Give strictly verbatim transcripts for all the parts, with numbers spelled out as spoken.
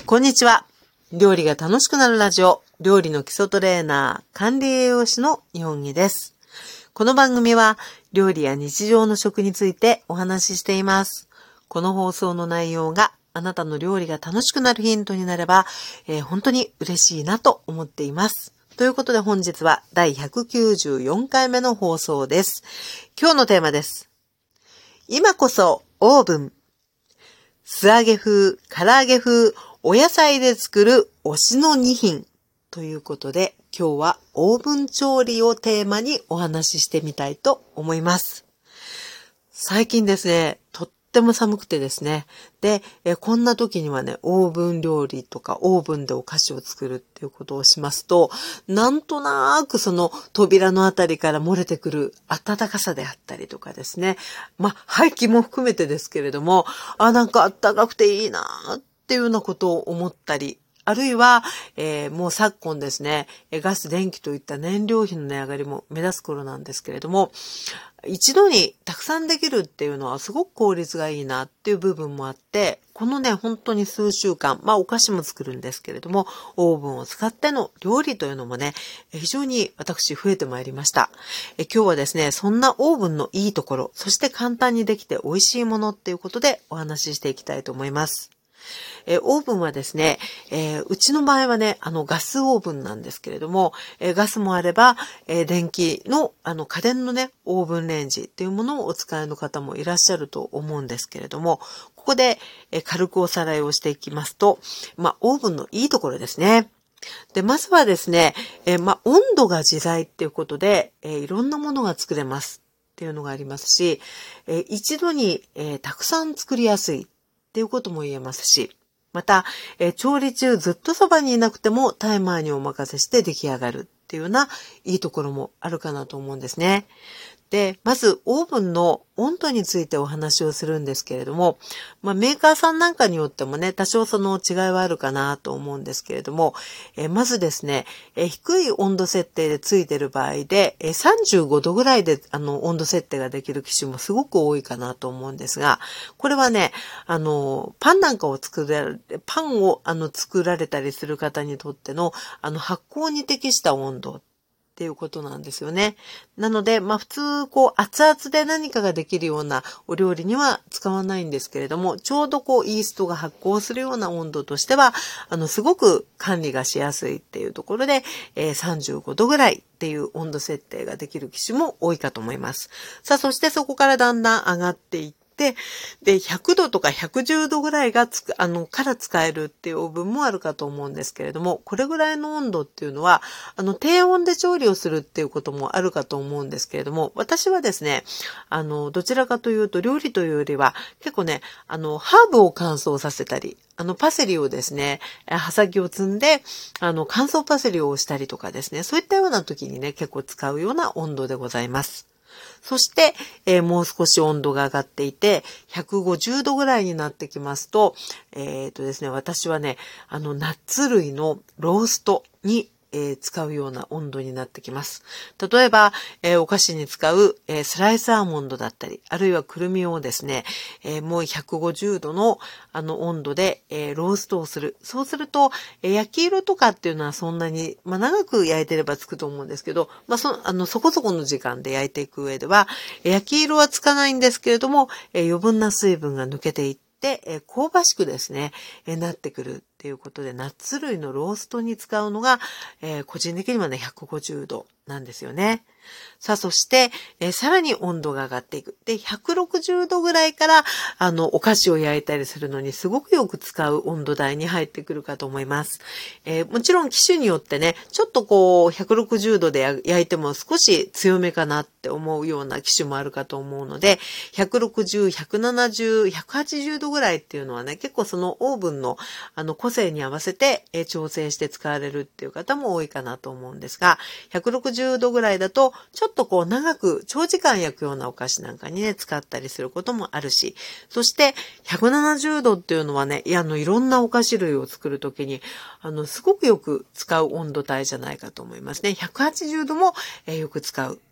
こんにちは。料理が楽しくなるラジオ、料理の基礎トレーナー、管理栄養士の日本木です。この番組は料理や日常の食についてお話ししています。この放送の内容があなたの料理が楽しくなるヒントになれば、えー、本当に嬉しいなと思っています。ということで本日はだいひゃくきゅうじゅうよんかいめの放送です。今日のテーマです。今こそオーブン。素揚げ風、唐揚げ風、お野菜で作る推しのに品ということで、今日はオーブン調理をテーマにお話ししてみたいと思います。最近ですね、とっても寒くてですね、で、えこんな時にはね、オーブン料理とかオーブンでお菓子を作るっていうことをしますと、なんとなくその扉のあたりから漏れてくる暖かさであったりとかですね、まあ、排気も含めてですけれども、あ、なんか暖かくていいなっていうようなことを思ったり、あるいは、えー、もう昨今ですね、ガス、電気といった燃料費の値上がりも目立つ頃なんですけれども、一度にたくさんできるっていうのはすごく効率がいいなっていう部分もあって、このね、本当に数週間、まあお菓子も作るんですけれども、オーブンを使っての料理というのもね、非常に私増えてまいりました。え今日はですね、そんなオーブンのいいところ、そして簡単にできて美味しいものっていうことでお話ししていきたいと思います。えー、オーブンはですね、えー、うちの場合はね、あのガスオーブンなんですけれども、えー、ガスもあれば、えー、電気のあの家電のね、オーブンレンジっていうものをお使いの方もいらっしゃると思うんですけれども、ここで、えー、軽くおさらいをしていきますと、まあ、オーブンのいいところですね。で、まずはですね、えー、まあ、温度が自在っていうことで、えー、いろんなものが作れますっていうのがありますし、えー、一度に、えー、たくさん作りやすいっていうことも言えますし、また、えー、調理中ずっとそばにいなくてもタイマーにお任せして出来上がるっていうようないいところもあるかなと思うんですね。で、まずオーブンの温度についてお話をするんですけれども、まあ、メーカーさんなんかによってもね、多少その違いはあるかなと思うんですけれども、えまずですね、え低い温度設定でついている場合で、えさんじゅうごどぐらいであの温度設定ができる機種もすごく多いかなと思うんですが、これはね、あの、パンなんかを作られ、パンをあの作られたりする方にとってのあの発酵に適した温度っていうことなんですよね。なので、まあ普通、こう、熱々で何かができるようなお料理には使わないんですけれども、ちょうどこう、イーストが発酵するような温度としては、あの、すごく管理がしやすいっていうところで、えー、さんじゅうごどぐらいっていう温度設定ができる機種も多いかと思います。さあ、そしてそこからだんだん上がっていって、で、で、ひゃくどとかひゃくじゅうどぐらいがつく、あの、から使えるっていうオーブンもあるかと思うんですけれども、これぐらいの温度っていうのは、あの、低温で調理をするっていうこともあるかと思うんですけれども、私はですね、あの、どちらかというと、料理というよりは、結構ね、あの、ハーブを乾燥させたり、あの、パセリをですね、葉先を摘んで、あの、乾燥パセリをしたりとかですね、そういったような時にね、結構使うような温度でございます。そして、えー、もう少し温度が上がっていて、ひゃくごじゅうどぐらいになってきますと、えっとですね、私はね、あの、ナッツ類のローストに、えー、使うような温度になってきます。例えば、えー、お菓子に使う、えー、スライスアーモンドだったり、あるいはくるみをですね、えー、もうひゃくごじゅうどのあの温度で、えー、ローストをする。そうすると、えー、焼き色とかっていうのはそんなに、まあ、長く焼いてればつくと思うんですけど、まあ、そ、あの、そこそこの時間で焼いていく上では、焼き色はつかないんですけれども、えー、余分な水分が抜けていって、えー、香ばしくですね、えー、なってくるっていうことで、ナッツ類のローストに使うのが、えー、個人的にはね、ひゃくごじゅうどなんですよね。さあ、そして、えー、さらに温度が上がっていく。で、ひゃくろくじゅうどぐらいから、あの、お菓子を焼いたりするのにすごくよく使う温度帯に入ってくるかと思います。えー、もちろん機種によってね、ちょっとこう、ひゃくろくじゅうどで焼いても少し強めかなって思うような機種もあるかと思うので、ひゃくろくじゅう、ひゃくななじゅう、ひゃくはちじゅうどぐらいっていうのはね、結構そのオーブンの、あの、個性に合わせて、えー、調整して使われるっていう方も多いかなと思うんですが、ひゃくろくじゅうどぐらいだと、ちょっとこう長く長時間焼くようなお菓子なんかにね、使ったりすることもあるし、そしてひゃくななじゅうどっていうのはね、いや、あの、いろんなお菓子類を作るときに、あの、すごくよく使う温度帯じゃないかと思いますね。ひゃくはちじゅうども、えー、よく使う。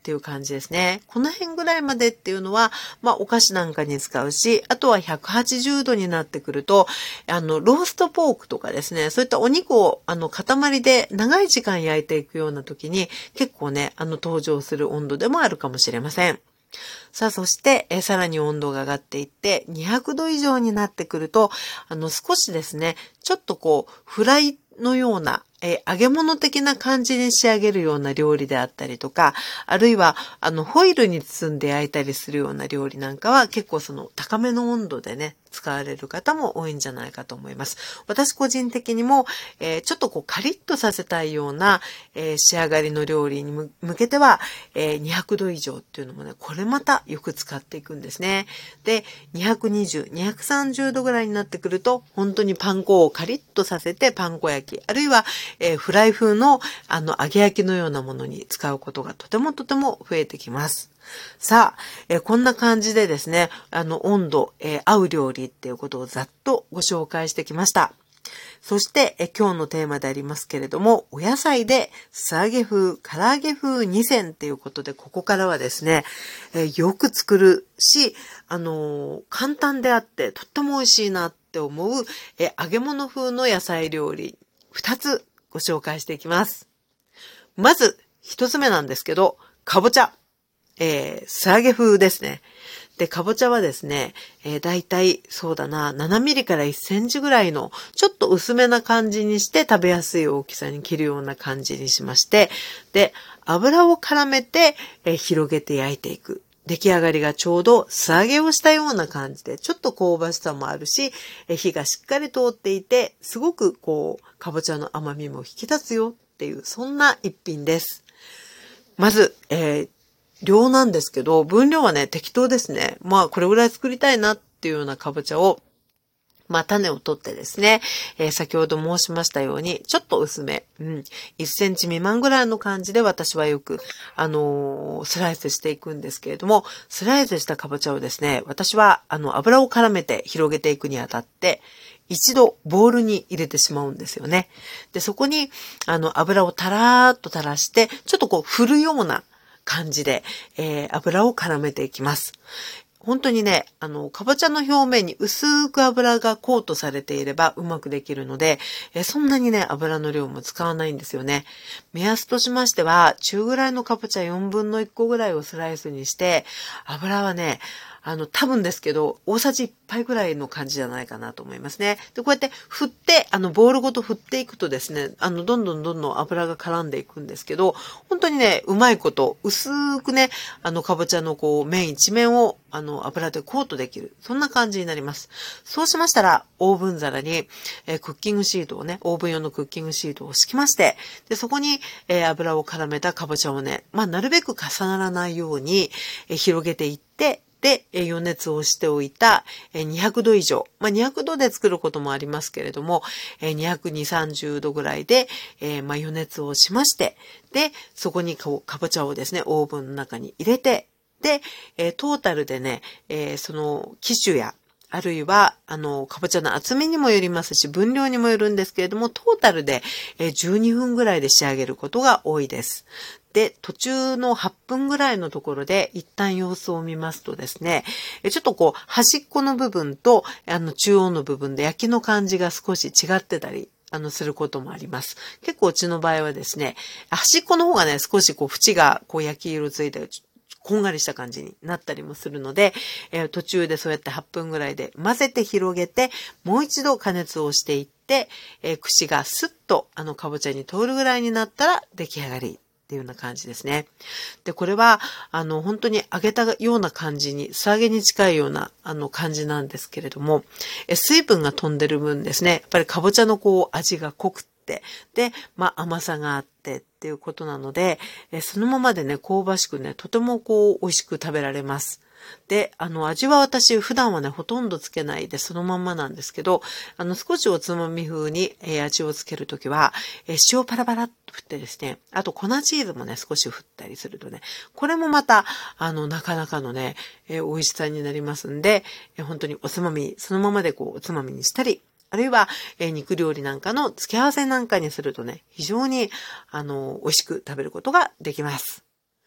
っていう感じですね。この辺ぐらいまでっていうのは、まあお菓子なんかに使うし、あとはひゃくはちじゅうどになってくると、あの、ローストポークとかですね、そういったお肉をあの塊で長い時間焼いていくような時に結構ね、あの登場する温度でもあるかもしれません。さあ、そして、えさらに温度が上がっていって、にひゃくど以上になってくると、あの、少しですね、ちょっとこう、フライのような、えー、揚げ物的な感じに仕上げるような料理であったりとか、あるいは、あの、ホイルに包んで焼いたりするような料理なんかは、結構その、高めの温度でね、使われる方も多いんじゃないかと思います。私個人的にも、えー、ちょっとこうカリッとさせたいような、えー、仕上がりの料理に向けては、えー、にひゃくど以上っていうのもね、これまたよく使っていくんですね。で、にひゃくにじゅう、にひゃくさんじゅうどぐらいになってくると、本当にパン粉をカリッとさせてパン粉焼き、あるいは、えー、フライ風のあの揚げ焼きのようなものに使うことがとてもとても増えてきます。さあ、えー、こんな感じでですね、あの、温度、えー、合う料理っていうことをざっとご紹介してきました。そして、えー、今日のテーマでありますけれども、お野菜で素揚げ風、唐揚げ風に選っていうことで、ここからはですね、えー、よく作るし、あのー、簡単であってとっても美味しいなって思う、えー、揚げ物風の野菜料理ふたつご紹介していきます。まず、ひとつめなんですけど、かぼちゃ。えー、素揚げ風ですね。で、かぼちゃはですね、えー、だいたいそうだな、ななミリからいっセンチぐらいの、ちょっと薄めな感じにして食べやすい大きさに切るような感じにしまして、で、油を絡めて、えー、広げて焼いていく。出来上がりがちょうど素揚げをしたような感じで、ちょっと香ばしさもあるし、えー、火がしっかり通っていて、すごくこう、かぼちゃの甘みも引き立つよっていう、そんな一品です。まず、えー量なんですけど、分量はね、適当ですね。まあ、これぐらい作りたいなっていうようなかぼちゃを、まあ、種を取ってですね、えー、先ほど申しましたように、ちょっと薄め、うん、いっセンチ未満ぐらいの感じで私はよく、あのー、スライスしていくんですけれども、スライスしたかぼちゃをですね、私は、あの、油を絡めて広げていくにあたって、一度ボウルに入れてしまうんですよね。で、そこに、あの、油をたらーっと垂らして、ちょっとこう、振るような、感じで、えー、油を絡めていきます。本当にね、あの、かぼちゃの表面に薄く油がコートされていればうまくできるので、えー、そんなにね、油の量も使わないんですよね。目安としましては、中ぐらいのかぼちゃよんぶんのいっこぐらいをスライスにして、油はね、あの、多分ですけど、大さじいっぱいぐらいの感じじゃないかなと思いますね。で、こうやって振って、あの、ボウルごと振っていくとですね、あの、どんどんどんどん油が絡んでいくんですけど、本当にね、うまいこと、薄くね、あの、かぼちゃのこう、面一面を、あの、油でコートできる。そんな感じになります。そうしましたら、オーブン皿に、えー、クッキングシートをね、オーブン用のクッキングシートを敷きまして、で、そこに、えー、油を絡めたかぼちゃをね、まあ、なるべく重ならないように、えー、広げていって、で、余熱をしておいたにひゃくど以上。まあ、にひゃくどで作ることもありますけれども、にひゃくにじゅう、さんじゅうどぐらいで、えー、まあ、余熱をしまして、で、そこにかぼちゃをですね、オーブンの中に入れて、で、えー、トータルでね、えー、その機種や、あるいは、あの、かぼちゃの厚みにもよりますし、分量にもよるんですけれども、トータルでじゅうにふんぐらいで仕上げることが多いです。で、途中のはっぷんぐらいのところで一旦様子を見ますとですね、ちょっとこう、端っこの部分と、あの、中央の部分で焼きの感じが少し違ってたり、あの、することもあります。結構うちの場合はですね、端っこの方がね、少しこう、縁がこう、焼き色ついて、こんがりした感じになったりもするので、えー、途中でそうやってはっぷんぐらいで混ぜて広げて、もう一度加熱をしていって、えー、串がスッとあのかぼちゃに通るぐらいになったら出来上がりっていうような感じですね。で、これは、あの、本当に揚げたような感じに、素揚げに近いような、あの、感じなんですけれども、え水分が飛んでる分ですね、やっぱりかぼちゃのこう、味が濃くて、で、まあ、甘さがあってっていうことなので、えそのままでね、香ばしくね、とてもこう、美味しく食べられます。で、あの、味は私、普段はね、ほとんどつけないで、そのまんまなんですけど、あの、少しおつまみ風に、えー、味をつけるときは、えー、塩パラパラっと振ってですね、あと粉チーズもね、少し振ったりするとね、これもまた、あの、なかなかのね、えー、美味しさになりますんで、えー、本当におつまみ、そのままでこう、おつまみにしたり、あるいは、えー、肉料理なんかの付け合わせなんかにするとね、非常に、あの、美味しく食べることができます。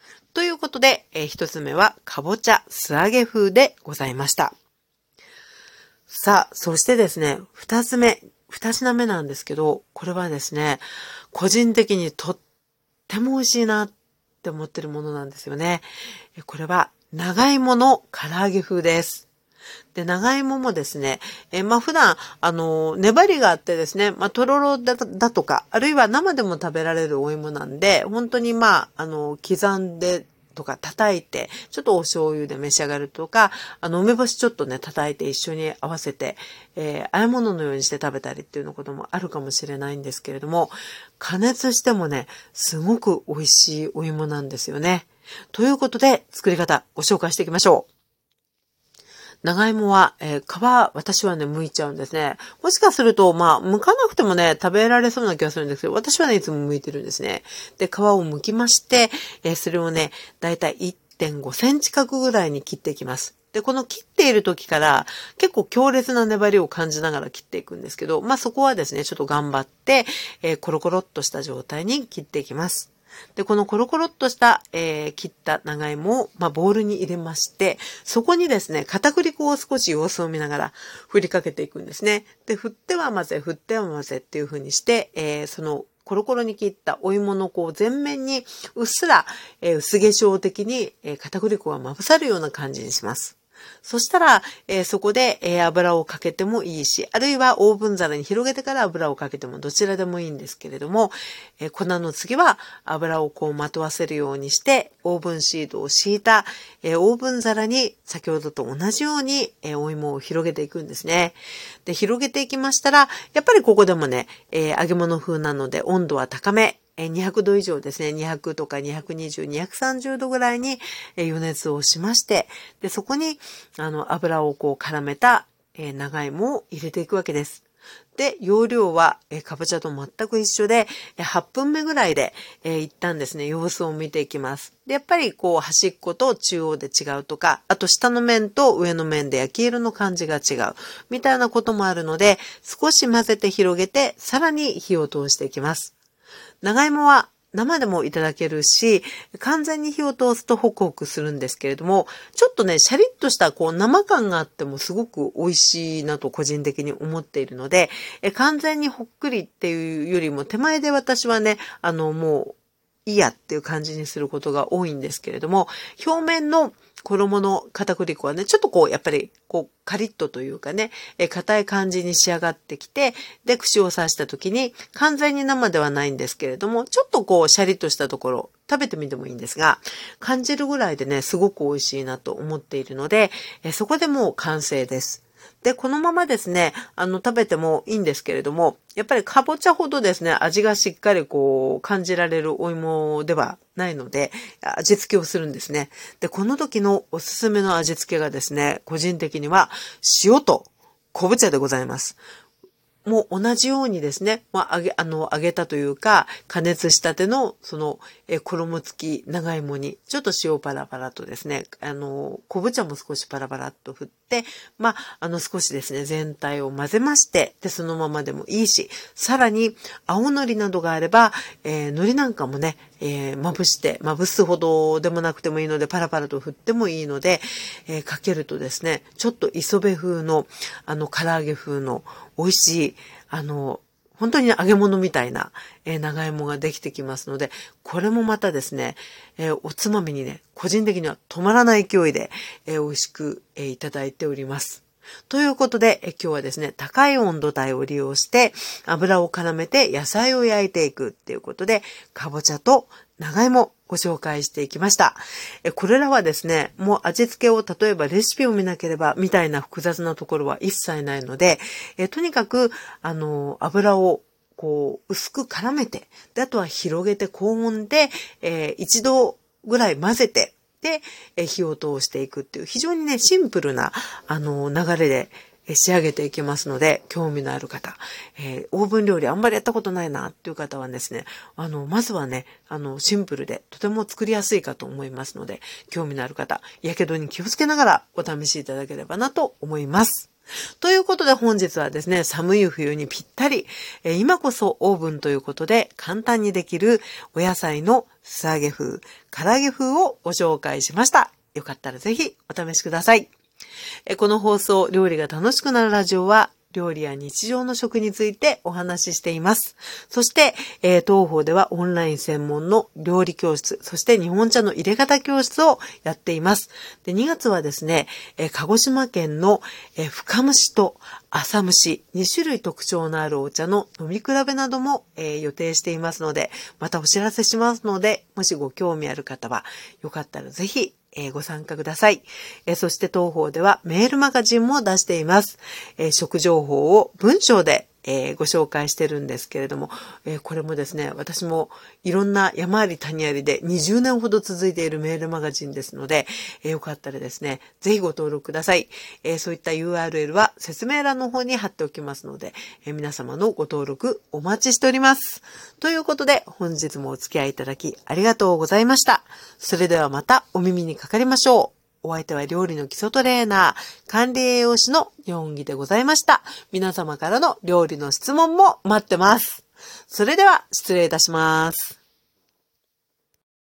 ということで、えー、一つ目はかぼちゃ素揚げ風でございました。さあ、そしてですね、二つ目、二品目なんですけど、これはですね、個人的にとっても美味しいなって思ってるものなんですよね。これは長芋の唐揚げ風です。で、長芋もですね、えまあ普段、あの、粘りがあってですね、まあとろろだ、だとか、あるいは生でも食べられるお芋なんで、本当にまあ、あの、刻んで、とか叩いて、ちょっとお醤油で召し上がるとか、あの、梅干しちょっとね、叩いて一緒に合わせて、えー、和え物のようにして食べたりっていうのこともあるかもしれないんですけれども、加熱してもね、すごく美味しいお芋なんですよね。ということで、作り方ご紹介していきましょう。長芋は、えー、皮、私はね、剥いちゃうんですね。もしかすると、まあ、剥かなくてもね、食べられそうな気がするんですけど、私はね、いつも剥いてるんですね。で、皮を剥きまして、えー、それをね、だいたい いってんごセンチ角ぐらいに切っていきます。で、この切っている時から、結構強烈な粘りを感じながら切っていくんですけど、まあ、そこはですね、ちょっと頑張って、えー、コロコロっとした状態に切っていきます。で、このコロコロっとした、えー、切った長芋を、まあ、ボウルに入れまして、そこにですね、片栗粉を少し様子を見ながら振りかけていくんですね。で、振っては混ぜ、振っては混ぜっていう風にして、えー、そのコロコロに切ったお芋のこう全面にうっすら、えー、薄化粧的に、えー、片栗粉がまぶさるような感じにします。そしたら、えー、そこで、えー、油をかけてもいいし、あるいはオーブン皿に広げてから油をかけてもどちらでもいいんですけれども、えー、粉の次は油をこうまとわせるようにして、オーブンシートを敷いた、えー、オーブン皿に先ほどと同じように、えー、お芋を広げていくんですね。で、広げていきましたら、やっぱりここでもね、えー、揚げ物風なので温度は高め。にひゃくど以上ですね。にひゃくとかにひゃくにじゅう、にひゃくさんじゅうどぐらいに予熱をしまして、で、そこに、あの、油をこう絡めた、えー、長芋を入れていくわけです。で、容量は、えー、かぼちゃと全く一緒で、えー、はっぷんめぐらいで、えー、一旦ですね、様子を見ていきます。で、やっぱりこう、端っこと中央で違うとか、あと下の面と上の面で焼き色の感じが違う、みたいなこともあるので、少し混ぜて広げて、さらに火を通していきます。長芋は生でもいただけるし、完全に火を通すとホクホクするんですけれども、ちょっとね、シャリッとしたこう生感があってもすごく美味しいなと個人的に思っているので、え完全にほっくりっていうよりも手前で私はね、あのもういいやっていう感じにすることが多いんですけれども、表面の衣の片栗粉はね、ちょっとこう、やっぱり、こう、カリッとというかね、え、硬い感じに仕上がってきて、で、串を刺した時に、完全に生ではないんですけれども、ちょっとこう、シャリッとしたところ、食べてみてもいいんですが、感じるぐらいでね、すごく美味しいなと思っているので、え、そこでもう完成です。で、このままですね、あの、食べてもいいんですけれども、やっぱりかぼちゃほどですね、味がしっかりこう、感じられるお芋ではないので、味付けをするんですね。で、この時のおすすめの味付けがですね、個人的には塩と昆布茶でございます。もう同じようにですね、まあ、揚げ、あの、揚げたというか、加熱したての、その、え、衣付き長芋に、ちょっと塩パラパラとですね、あの、昆布茶も少しパラパラっと振って、まあ、あの、少しですね、全体を混ぜまして、で、そのままでもいいし、さらに、青海苔などがあれば、えー、海苔なんかもね、えー、まぶして、まぶすほどでもなくてもいいので、パラパラと振ってもいいので、えー、かけるとですね、ちょっと磯辺風の、あの、唐揚げ風の、美味しい、あの、本当に揚げ物みたいな、えー、長芋ができてきますので、これもまたですね、えー、おつまみにね、個人的には止まらない勢いで、えー、美味しく、えー、いただいております。ということで、え今日はですね、高い温度帯を利用して油を絡めて野菜を焼いていくっていうことで、かぼちゃと長芋ご紹介していきました。えこれらはですね、もう味付けを例えばレシピを見なければみたいな複雑なところは一切ないので、えとにかくあの油をこう薄く絡めて、であとは広げて高温で、えー、一度ぐらい混ぜて、で、火を通していくっていう非常にね、シンプルな、あの、流れで仕上げていきますので、興味のある方、えー、オーブン料理あんまりやったことないなっていう方はですね、あの、まずはね、あの、シンプルでとても作りやすいかと思いますので、興味のある方、やけどに気をつけながらお試しいただければなと思います。ということで本日はですね、寒い冬にぴったり、えー、今こそオーブンということで簡単にできるお野菜の素揚げ風、唐揚げ風をご紹介しました。よかったらぜひお試しください。この放送、料理が楽しくなるラジオは、料理や日常の食についてお話ししています。そして、えー、当方ではオンライン専門の料理教室、そして日本茶の入れ方教室をやっています。で、にがつはですね、えー、鹿児島県の、えー、深蒸しと浅蒸し、に種類特徴のあるお茶の飲み比べなども、えー、予定していますので、またお知らせしますので、もしご興味ある方は、よかったらぜひ、えー、ご参加ください。えー、そして当方ではメールマガジンも出しています。えー、食情報を文章で、えー、ご紹介してるんですけれども、えー、これもですね、私もいろんな山あり谷ありでにじゅうねんほど続いているメールマガジンですので、えー、よかったらですね、ぜひご登録ください。えー、そういった ユーアールエル は説明欄の方に貼っておきますので、えー、皆様のご登録お待ちしております。ということで、本日もお付き合いいただきありがとうございました。それではまたお耳にかかりましょう。お相手は料理の基礎トレーナー、管理栄養士のヨンギでございました。皆様からの料理の質問も待ってます。それでは失礼いたします。